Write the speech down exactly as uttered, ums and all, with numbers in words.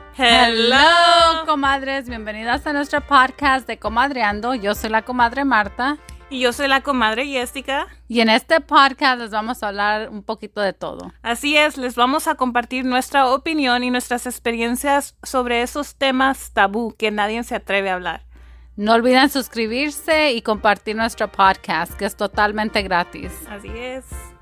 Hello, comadres, bienvenidas a nuestro podcast de Comadreando. Yo soy la comadre Marta. Y yo soy la comadre Jessica. Y en este podcast les vamos a hablar un poquito de todo. Así es, les vamos a compartir nuestra opinión y nuestras experiencias sobre esos temas tabú que nadie se atreve a hablar. No olviden suscribirse y compartir nuestro podcast, que es totalmente gratis. Así es.